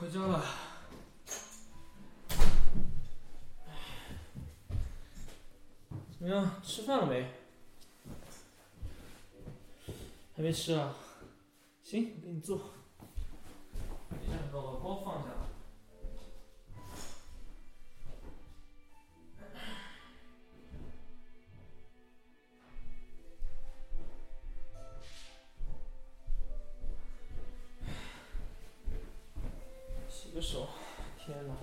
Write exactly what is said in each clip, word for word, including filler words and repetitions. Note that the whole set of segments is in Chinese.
回家了。怎么样？吃饭了没？还没吃啊？行，我给你做。等一下，你把我包放下。洗个手。天哪！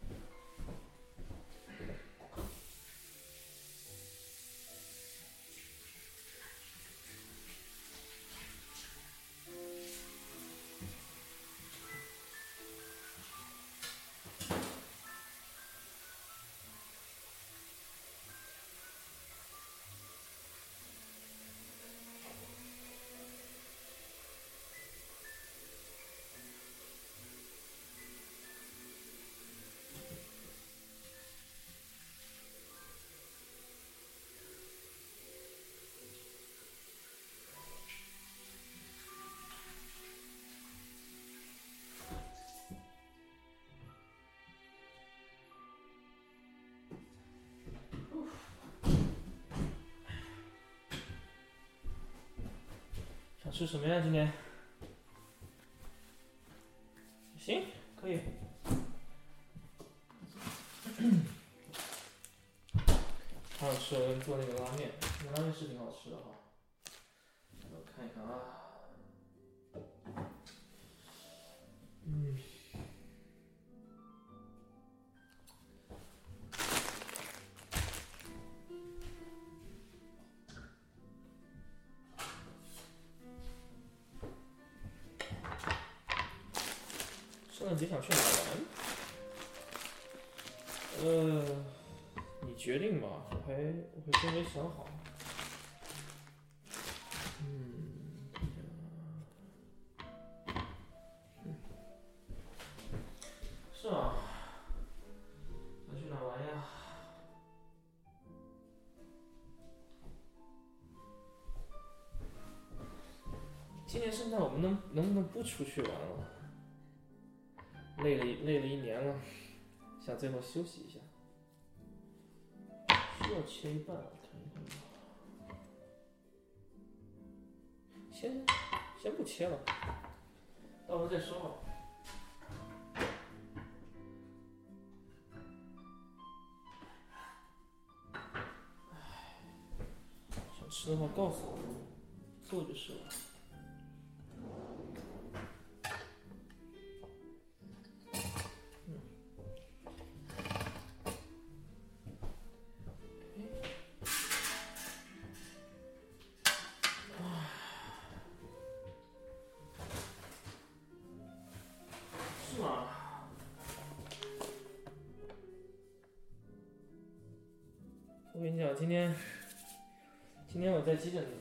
想吃什么呀？今天？行，可以。还有吃我给你做那个拉面，那个拉面是挺好吃的哈。我看一看啊。嗯。圣诞节想去哪玩？呃，你决定吧，我还我还真没想好。嗯，嗯，是啊，想去哪玩呀？今年圣诞我们能能不能不出去玩了？累了累了一年了，想最后休息一下。需要切一半，我看一看吧。先先不切了，到时候再说吧。想吃的话告诉我，做就是了。是吗？我跟你讲，今天今天我在急诊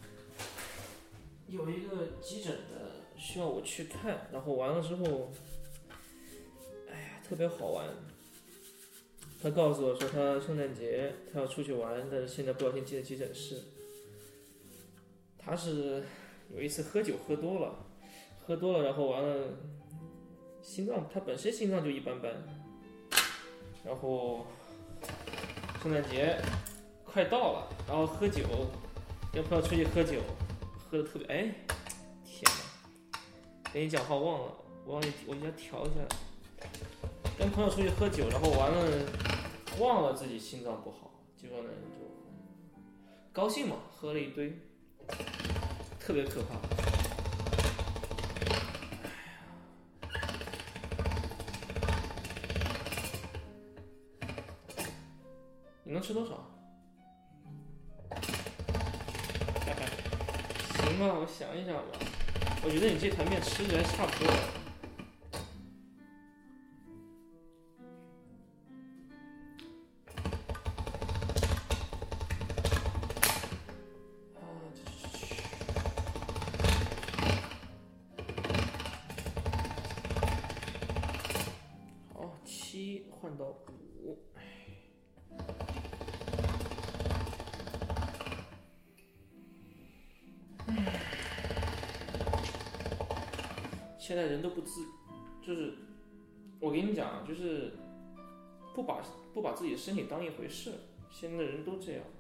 有一个急诊的需要我去看，然后完了之后，哎呀，特别好玩。他告诉我说他圣诞节他要出去玩，但是现在不小心进了急诊室。他是有一次喝酒喝多了，喝多了然后完了，心脏他本身心脏就一般般，然后圣诞节快到了，然后喝酒，跟朋友出去喝酒，喝的特别哎，天哪！跟你讲话忘了，我忘记我应该调一下。跟朋友出去喝酒，然后完了忘了自己心脏不好，结果呢就高兴嘛，喝了一堆，特别可怕。你能吃多少？行吧，我想一想吧。我觉得你这盘面吃起来差不多了。好，七换到五。现在人都不自，就是我跟你讲啊，就是不把不把自己的身体当一回事，现在的人都这样。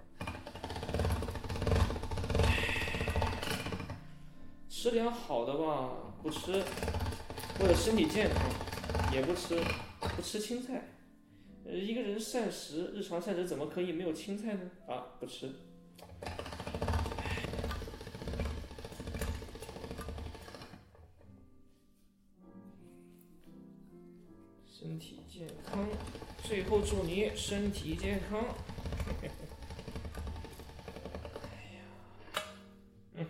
吃点好的吧，不吃；为了身体健康，也不吃，不吃青菜。呃，一个人膳食，日常膳食怎么可以没有青菜呢？啊，不吃。身体健康，最后祝你身体健康。哎呀，嗯。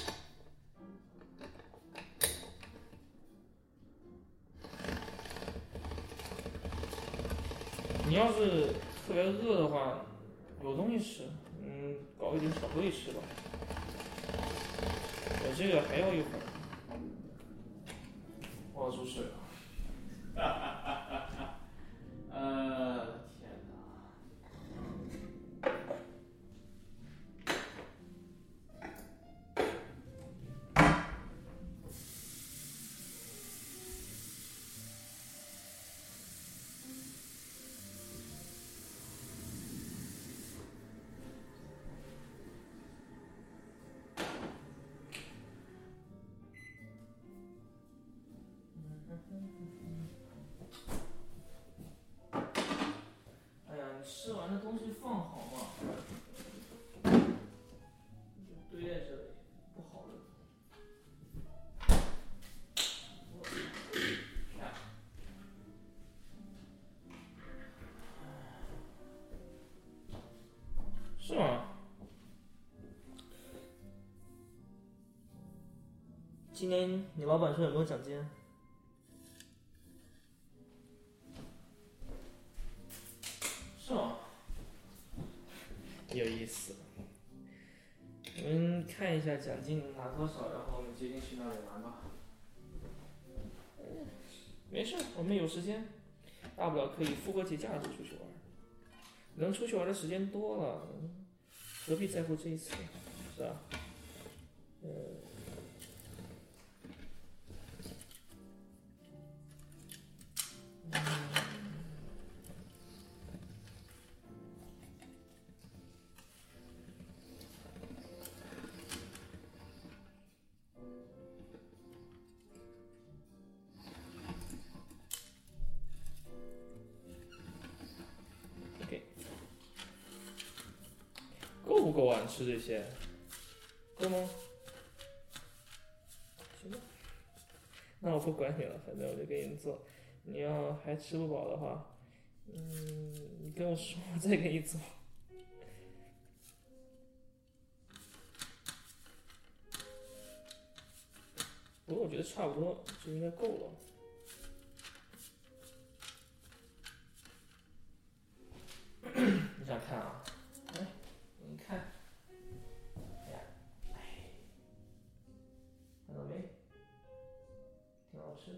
你要是特别饿的话，有东西吃，嗯，搞一点巧克力吃吧。我这个还要一会儿，我要注水了。呃，天哪！哎呀，你吃完的东西放好嘛，堆在这里不好的。是吗？今年你老板说有没有奖金？是吗？有意思。我们看一下奖金能拿多少，然后我们决定去哪里玩吧。没事，我们有时间，大不了可以复活节假日出去玩。能出去玩的时间多了，何必在乎这一次，是吧？呃，够不够啊？你吃这些，够吗？行吧，那我不管你了，反正我就给你做。你要还吃不饱的话，嗯，你跟我说，我再给你做。不过我觉得差不多就应该够了。你想看啊？来，你看，哎呀，哎，看到没？挺好吃。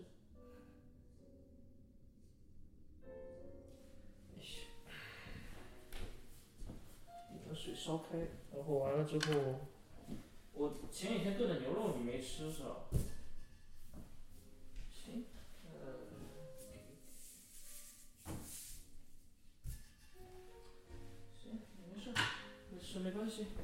把水烧开，然后完了之后，我前几天炖的牛肉你没吃是吧？行，呃，行，没事，没事没关系。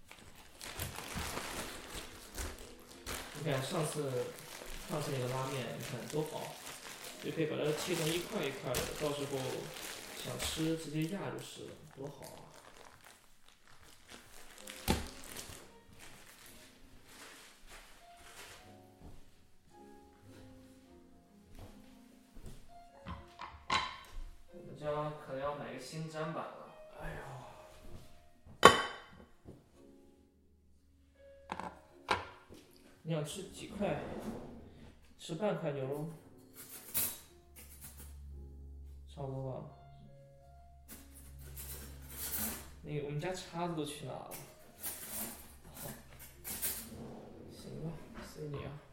你看上次上次那个拉面，你看多薄，就可以把它切成一块一块的，到时候想吃直接压就是了，多好啊！我们家可能要买个新砧板了。哎呦，你想吃几块？吃半块牛肉，差不多吧。那个我们家叉子都去哪了？行吧，随你啊。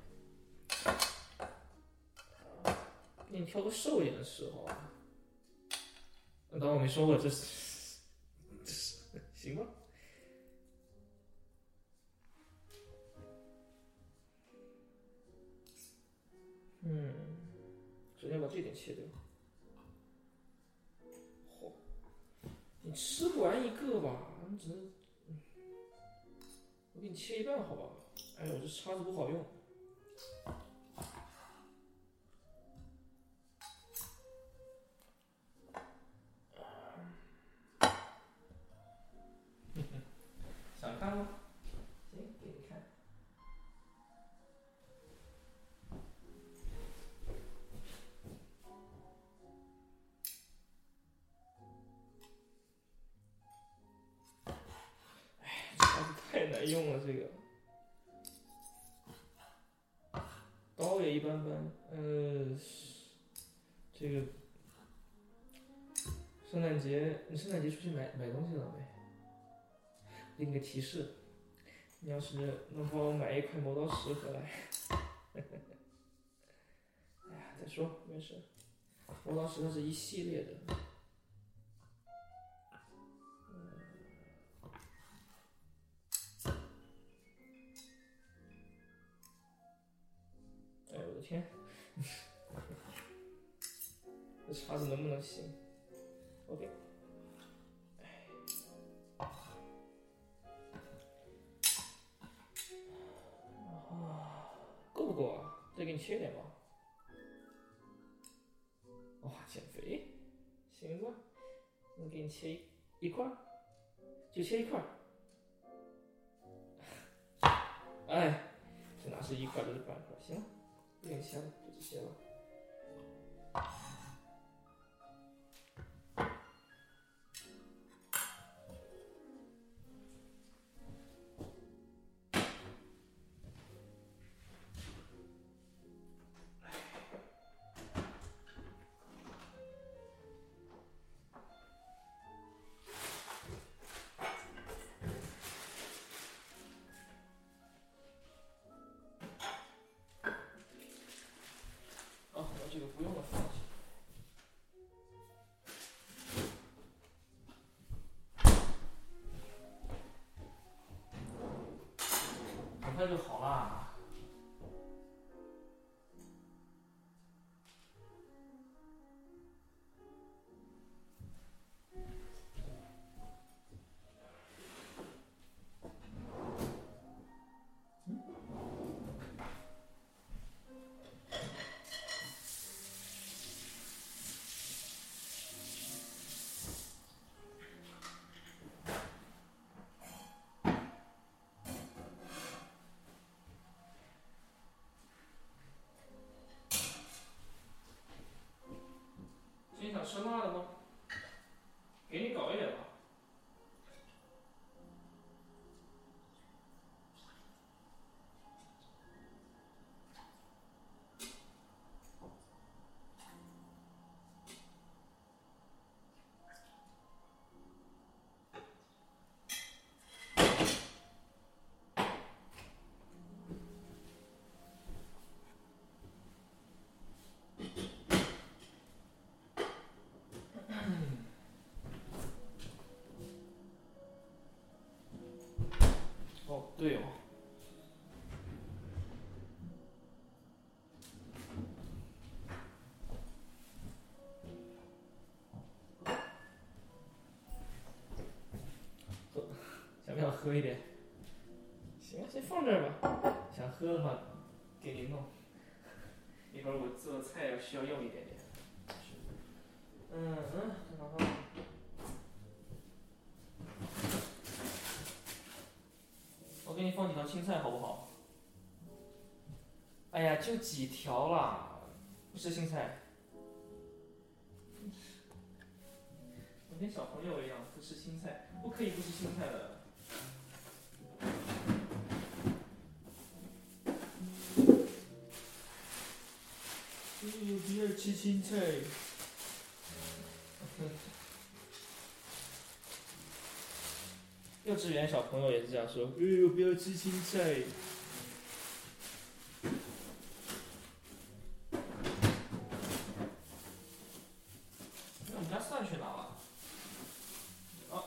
给你挑个瘦一点的时候啊。当我没说过，这是，这是行吧？嗯，昨天把这点切掉。嚯、哦，你吃不完一个吧？你只能，我给你切一半好吧？哎呦，这叉子不好用。想看吗？行，给你看。哎，叉子太难用了，这个刀也一般般。呃，这个圣诞节，你圣诞节出去买买东西了没？给你个提示，你要是能帮我买一块磨刀石回来，哎呀，再说没事。磨刀石它是一系列的，嗯，哎我的天，这叉子能不能行 ？OK。够不够啊？再给你切点吧。哇，减肥，行吧？我给你切一一块，就切一块。哎，这哪是一块，这是半块。行了，不给你切了，就这些了。这个不用了，放弃。很快就好啦。今天想吃辣的吗？给你搞一点吧。哦，对哦。喝，想不想喝一点？行，先放这儿吧。想喝的话，给你弄。一会儿我做菜要需要用一点点。嗯嗯，好好。我给你放几条青菜好不好？哎呀，就几条啦，不吃青菜。我跟小朋友一样不吃青菜，不可以不吃青菜的。哎呦，不要吃青菜。幼稚园小朋友也是这样说，哎呦，不要吃青菜。那我们家蒜去哪了？啊，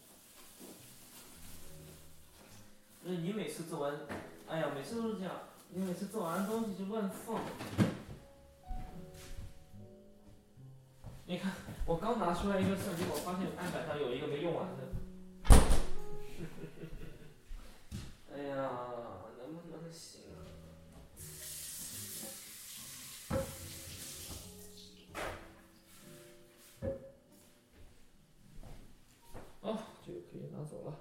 不是你每次做完，哎呀，每次都是这样，你每次做完东西就乱放。 你看，我刚拿出来一个算，结果发现案板上有一个没用完的。哎呀，能不能行啊？哦，这个可以拿走了。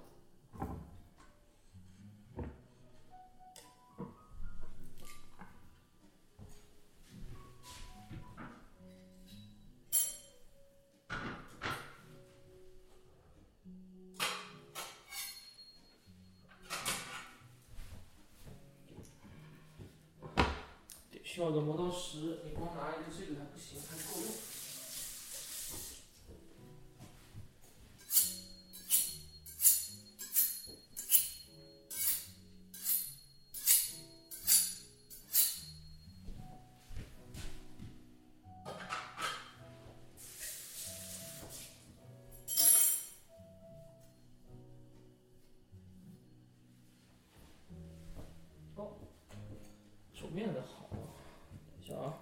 需要个磨刀石，你光拿一个这个还不行，还不够用。哦，手面的好，等一下啊。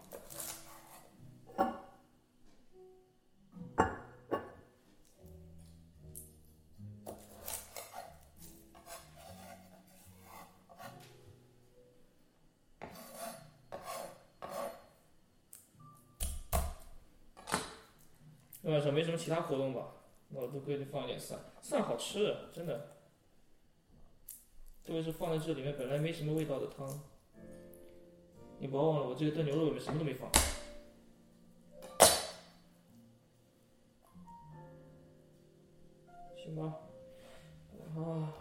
晚上没什么其他活动吧，那我都可以放一点蒜，蒜好吃，真的。特别是放在这里面本来没什么味道的汤，你不要忘了，我这个炖牛肉里面什么都没放。行吧，啊，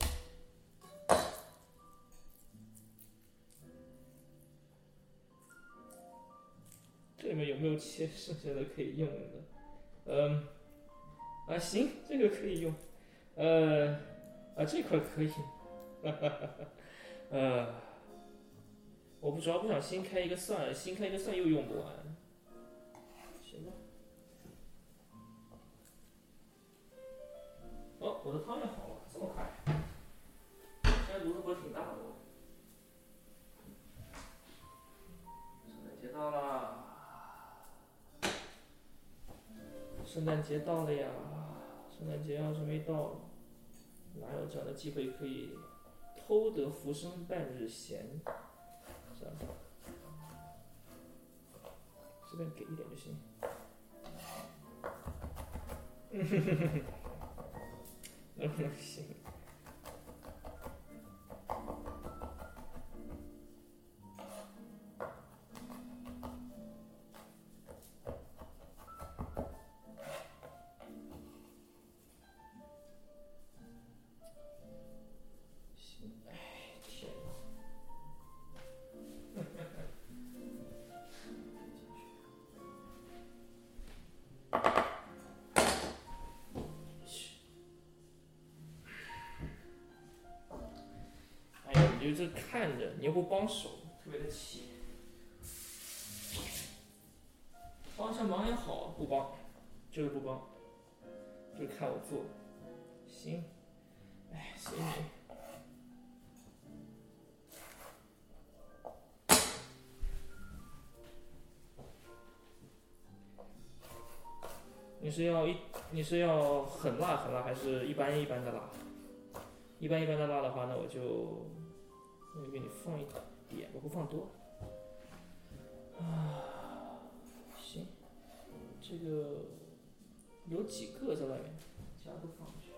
这里面有没有切剩下的可以用的？嗯，啊行，这个可以用，呃，啊这块可以，哈哈哈哈，呃，我不主要不想新开一个蒜，新开一个蒜又用不完，行吧。哦，我的汤也好了，这么快，现在炉子火挺大的哦。圣诞节到了，圣诞节到了呀！圣诞节要是没到，哪有这样的机会可以偷得浮生半日闲？是吧？随便给一点就行。嗯哼哼哼，能不能行？行，哎，天哪！哎呀，你就这看着，你又不帮手，特别的气。帮下忙也好，不帮，就是不帮，就是看我做。行，哎，随你。你是要一，你是要很辣很辣，还是一般一般的辣？一般一般的辣的话，那我就，那就给你放一点，我不放多。啊，行，这个有几个在外面，其他都放进去。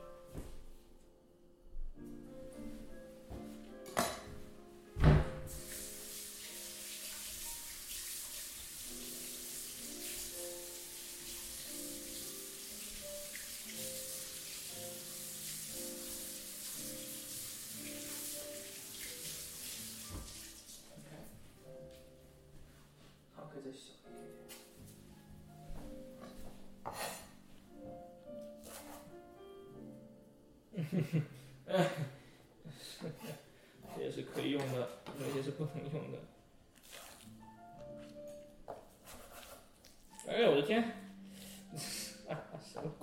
汤可以再小一点点。这也是可以用的，有些是不能用的。哎呀，我的天！什么鬼？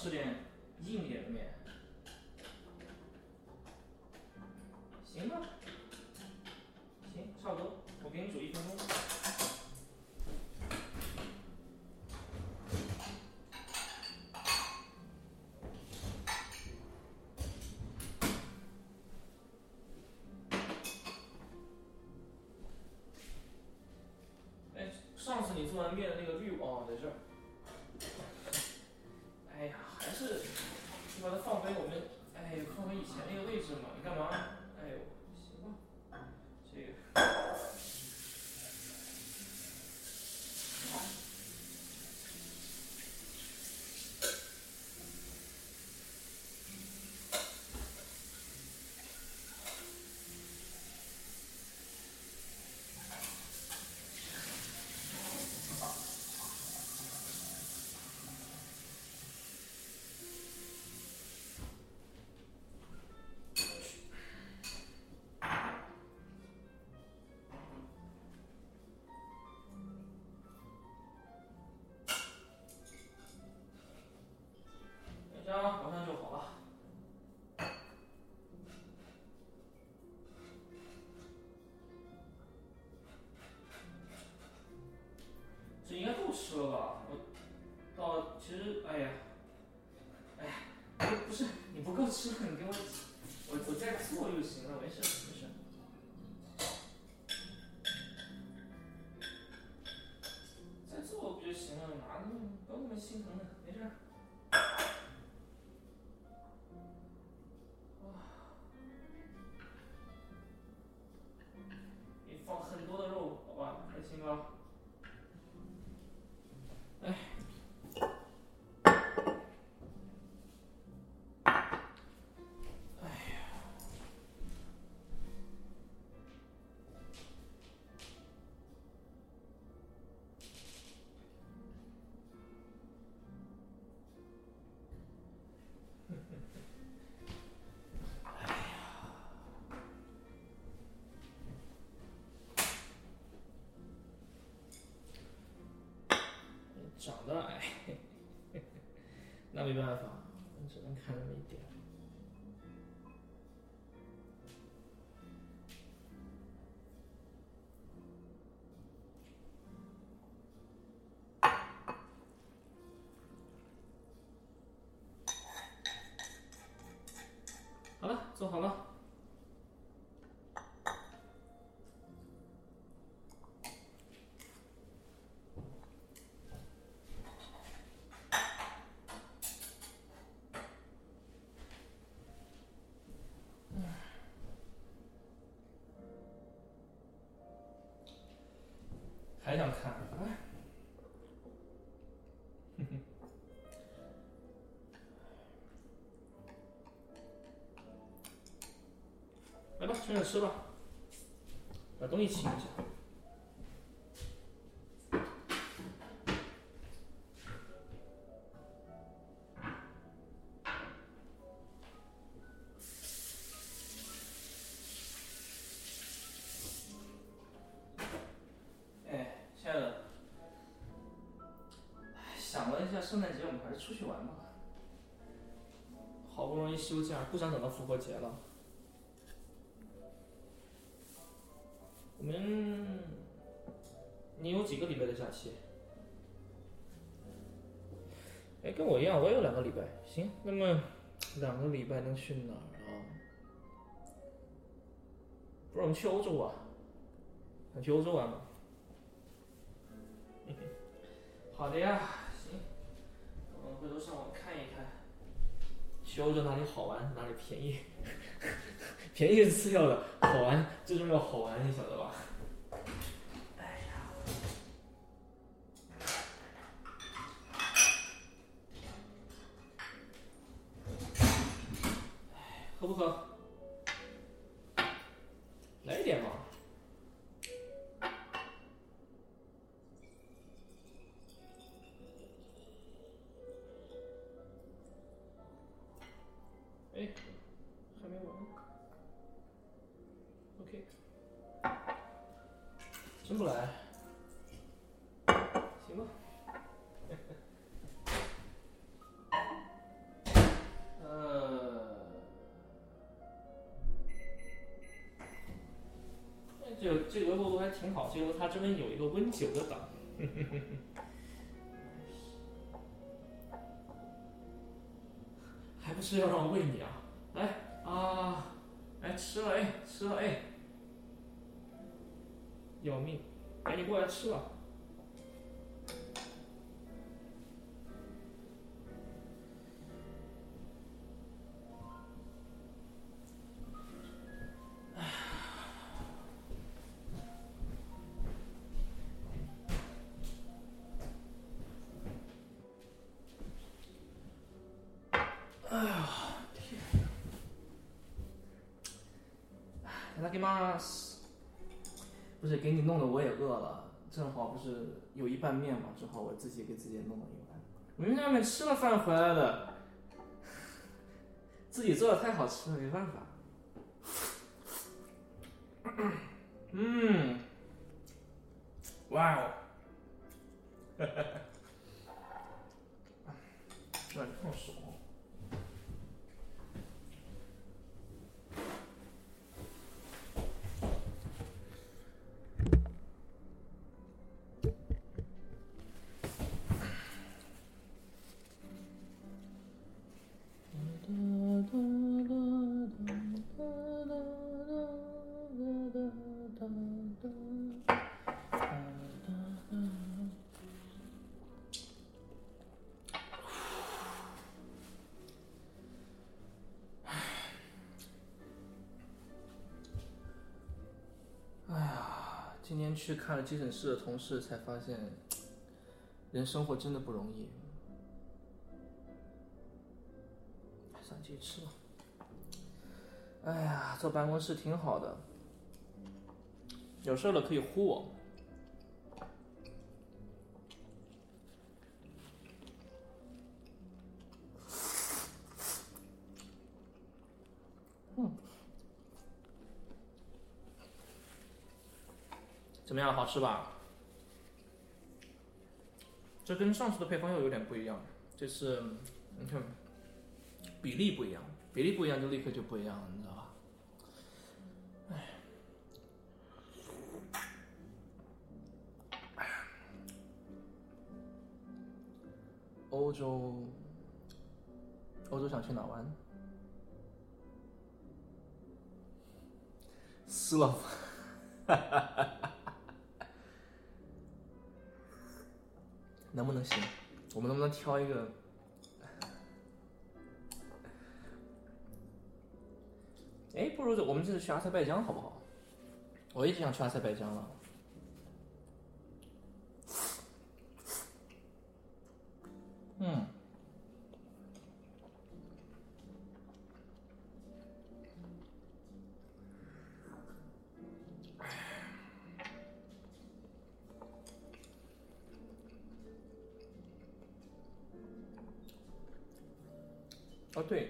吃点硬点的面。行吧，行，差不多，我给你煮一分钟。哎，上次你做完面的那个滤网在这儿。哎呀，还是你把它放回我们，哎，放回以前那个位置嘛？你干嘛？哎呦，行吧，这个。这样马上就好了。这应该够吃了吧？我到其实，哎呀，哎呀，不不是你不够吃了，你给我，我我再做就行了，没事没事。再做不就行了？哪那么不要那么心疼呢？没事。你放很多的肉，好吧？还行吧？哎。长得矮，那没办法，只能看那么一点。好了，做好了。还想看？哎，来吧，趁热吃吧，把东西清一下。哎，亲爱的，想了一下，圣诞节我们还是出去玩吧。好不容易休假，不想等到复活节了。我们，你有几个礼拜的假期？哎，跟我一样，我也有两个礼拜。行，那么两个礼拜能去哪儿啊？不是我们去欧洲啊？想去欧洲玩吗？好的呀，行，我们回头上网看一看，去欧洲哪里好玩，哪里便宜。便宜是次要的，好玩最重要，好玩，你晓得吧？哎呀，喝不喝？来一点嘛。哎，还没完。OK， 真不来？行吧。 这个这个额度还挺好，这个它这边有一个 Win 九的档。还不是要让我喂你啊？来啊，来吃了哎，吃了哎，要命！赶紧过来吃了。哎呀，天哪！いただきます。不是给你弄的，我也饿了，正好不是有一拌面嘛，正好我自己给自己弄了一碗。明明在外面吃了饭回来的，自己做的太好吃了，没办法。嗯，哇哦，哈哈哈，有点烫手。今天去看了急诊室的同事，才发现人生活真的不容易。算了，继续吃吧。哎呀，坐办公室挺好的，有事了可以呼我。嗯，怎么样？好吃吧？这跟上次的配方又有点不一样，这次你看比例不一样，比例不一样就立刻就不一样了，你知道吧？哎，欧洲，欧洲想去哪玩？斯洛伐，能不能行？我们能不能挑一个？哎，不如我们这次去阿塞拜疆好不好？我一直想去阿塞拜疆了。嗯。哦对，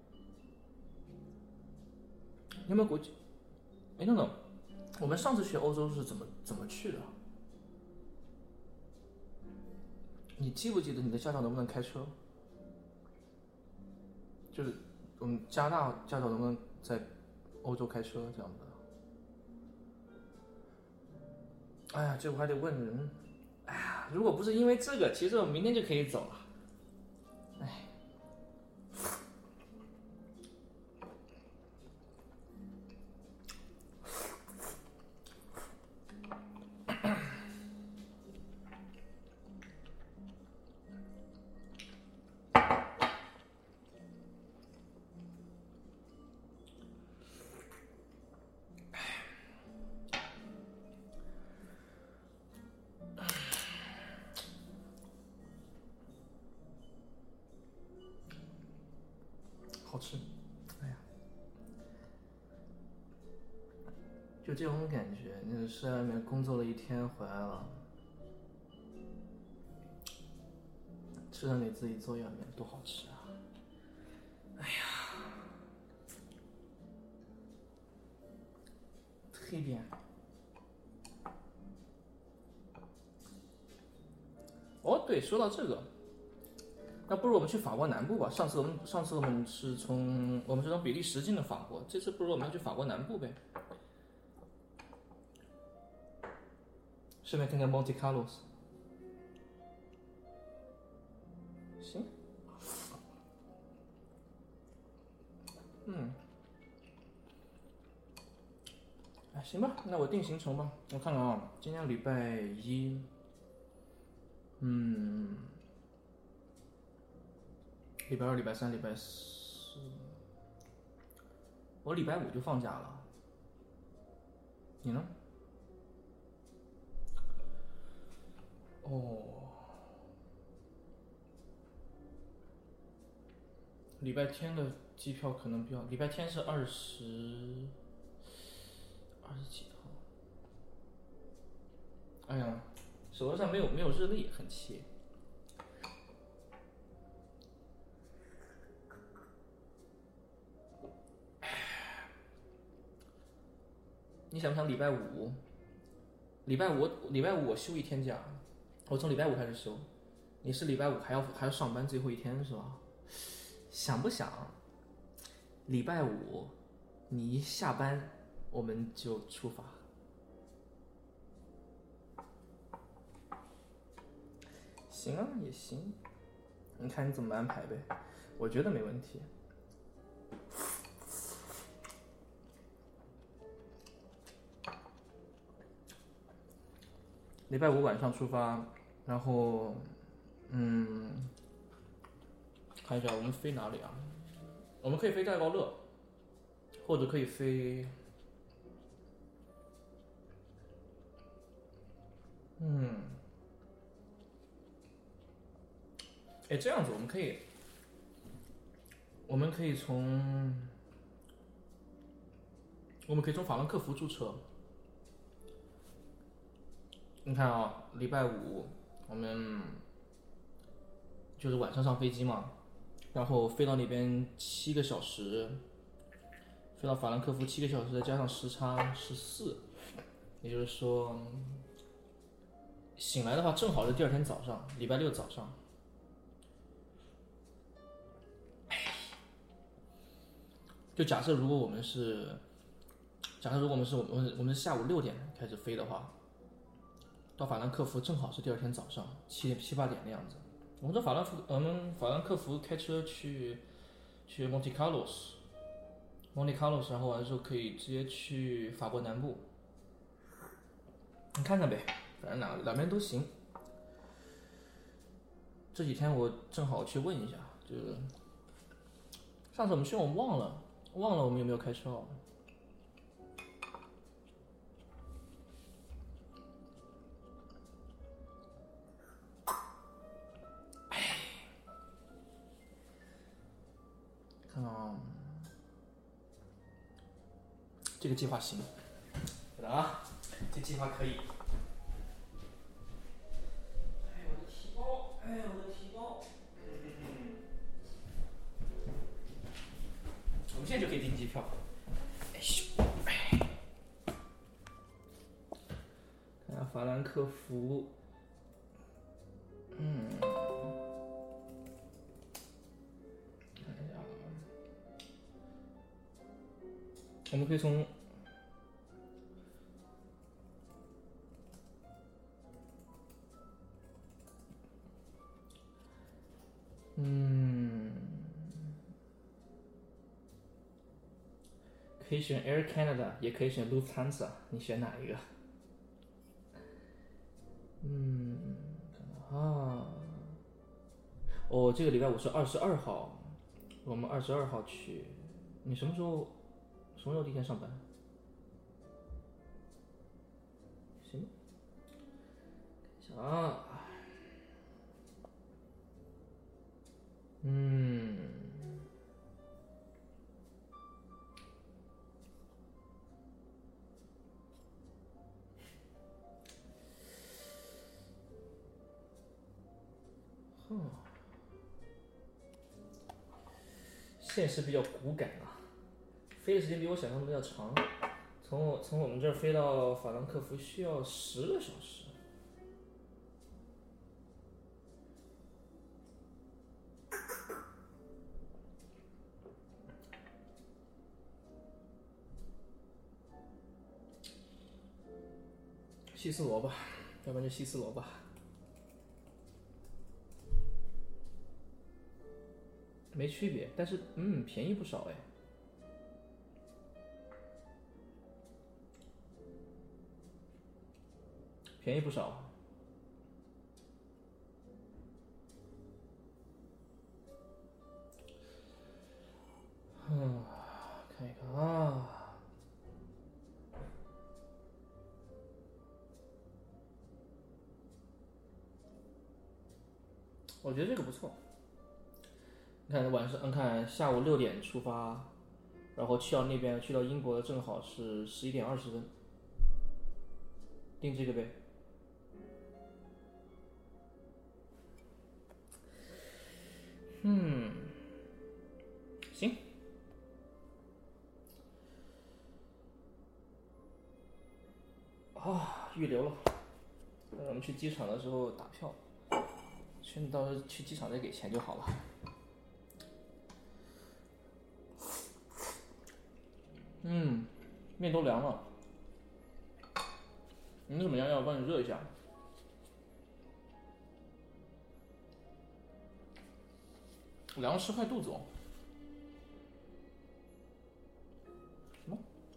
你有没有国际？哎，等等，我们上次去欧洲是怎么怎么去的？你记不记得你的驾照能不能开车？就是我们加拿大驾照能不能在欧洲开车这样的？哎呀，这我还得问人。哎呀，如果不是因为这个，其实我明天就可以走了。哎。好吃，哎呀，就这种感觉，你是在外面工作了一天回来了，吃上给自己做一碗面，多好吃啊！哎呀，特别。哦，对，说到这个。那不如我们去法国南部吧。上次我们上次我们是从我们是从比利时进的法国，这次不如我们去法国南部呗。 顺便看看 Monte Carlo。行，嗯，哎，行吧，那我定行程吧。我看看啊，今天礼拜一，嗯，礼拜二、礼拜三、礼拜四，我礼拜五就放假了。你呢？哦，礼拜天的机票可能比较，礼拜天是二十二十几号。哎呀，手头上没有没有日历，很气。你想不想礼拜五？礼拜五礼拜五我休一天假，我从礼拜五开始休。你是礼拜五还要还要上班最后一天是吧？想不想礼拜五你一下班我们就出发？行啊，也行，你看你怎么安排呗。我觉得没问题。礼拜五晚上出发，然后，嗯，看一下我们飞哪里啊？我们可以飞戴高乐，或者可以飞，嗯，哎，这样子我们可以，我们可以从，我们可以从法兰克福租车。你看啊，礼拜五我们就是晚上上飞机嘛，然后飞到那边七个小时，飞到法兰克福七个小时，再加上时差十四，也就是说，醒来的话正好是第二天早上，礼拜六早上。就假设如果我们是，假设如果我们是我们我们是下午六点开始飞的话，到法兰克福正好是第二天早上七七八点的样子。我们从法兰福，我们法兰克福开车去去 Monte Carlos，Monte Carlos， 然后完之后可以直接去法国南部。你看看呗，反正两两边都行。这几天我正好去问一下，就是上次我们去我们忘了忘了我们有没有开车了。看啊，这个计划行，等等啊，这计划可以。哎，我的提包，哎，我的提包。我们现在就可以订机票。哎咻，哎，看下法兰克福，嗯，看一下，我们可以从。嗯，可以选 Air Canada， 也可以选 Lufthansa， 你选哪一个？嗯，啊，哦，这个礼拜五是二十二号，我们二十二号去。你什么时候什么时候第一天上班？行，看一下啊，嗯。嗯，现实比较骨感啊，飞的时间比我想象的要长。从我从我们这儿飞到法兰克福需要十个小时。希斯罗吧， 要不然就西斯罗吧。没区别，但是嗯，便宜不少哎。便宜不少。嗯，看一看啊。我觉得这个不错。你看晚上，你看下午六点出发，然后去到那边，去到英国正好是十一点二十分。订这个呗。嗯，行。啊，预留了。等我们去机场的时候打票，去到时候去机场再给钱就好了。嗯，面都凉了。你怎么样？要我帮你热一下。凉了吃坏肚子哦。什么？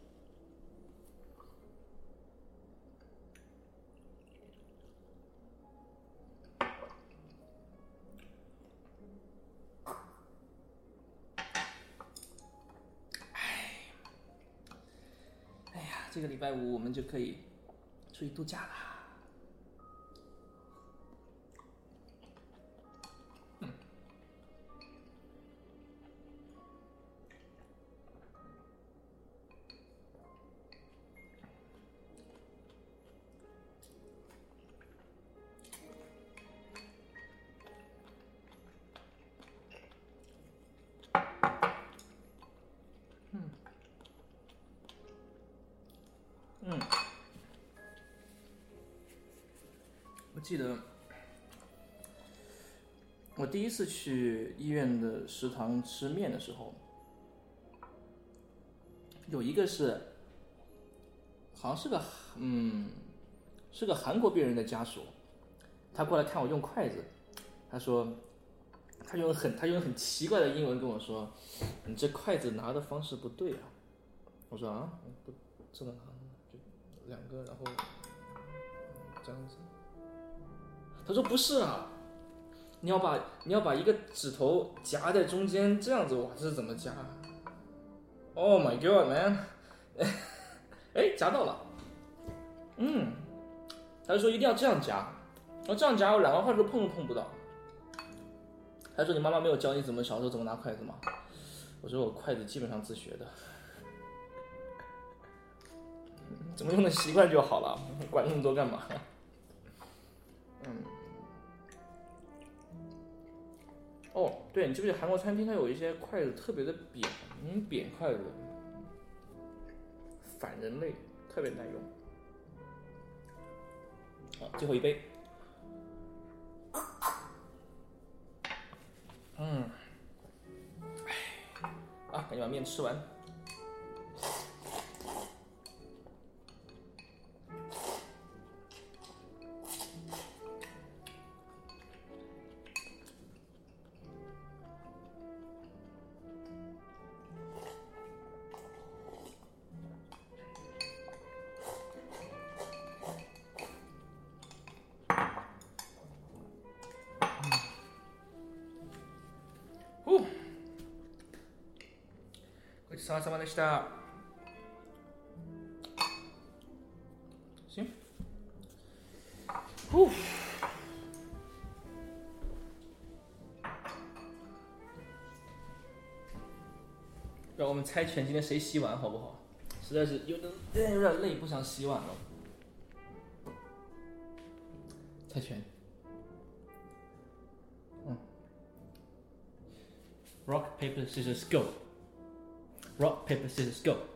哎呀，这个礼拜五我们就可以出去度假了。嗯，我记得我第一次去医院的食堂吃面的时候，有一个是好像是个嗯是个韩国病人的家属，他过来看我用筷子，他说他用很他用很奇怪的英文跟我说，你这筷子拿的方式不对啊。我说啊，不这么拿，就两个，然后这样子。他说不是啊，你要把你要把一个指头夹在中间，这样子。哇，这是怎么夹啊 ？Oh my god, man！ 哎，夹到了。嗯，他就说一定要这样夹，我这样夹我两个筷子碰都碰不到。他说你妈妈没有教你怎么小时候怎么拿筷子吗？我说我筷子基本上自学的。怎么用的习惯就好了，管那么多干嘛？嗯。哦，对，你记不记得韩国餐厅它有一些筷子特别的扁，嗯，扁筷子，反人类，特别耐用。好，最后一杯。嗯，啊，赶紧把面吃完。ごちそうさまでした。行。呼。让我们猜拳今天谁洗碗好不好？实在是有点有点累，不想洗碗了。猜拳。嗯。Rock paper scissors go。Rock paper scissors go。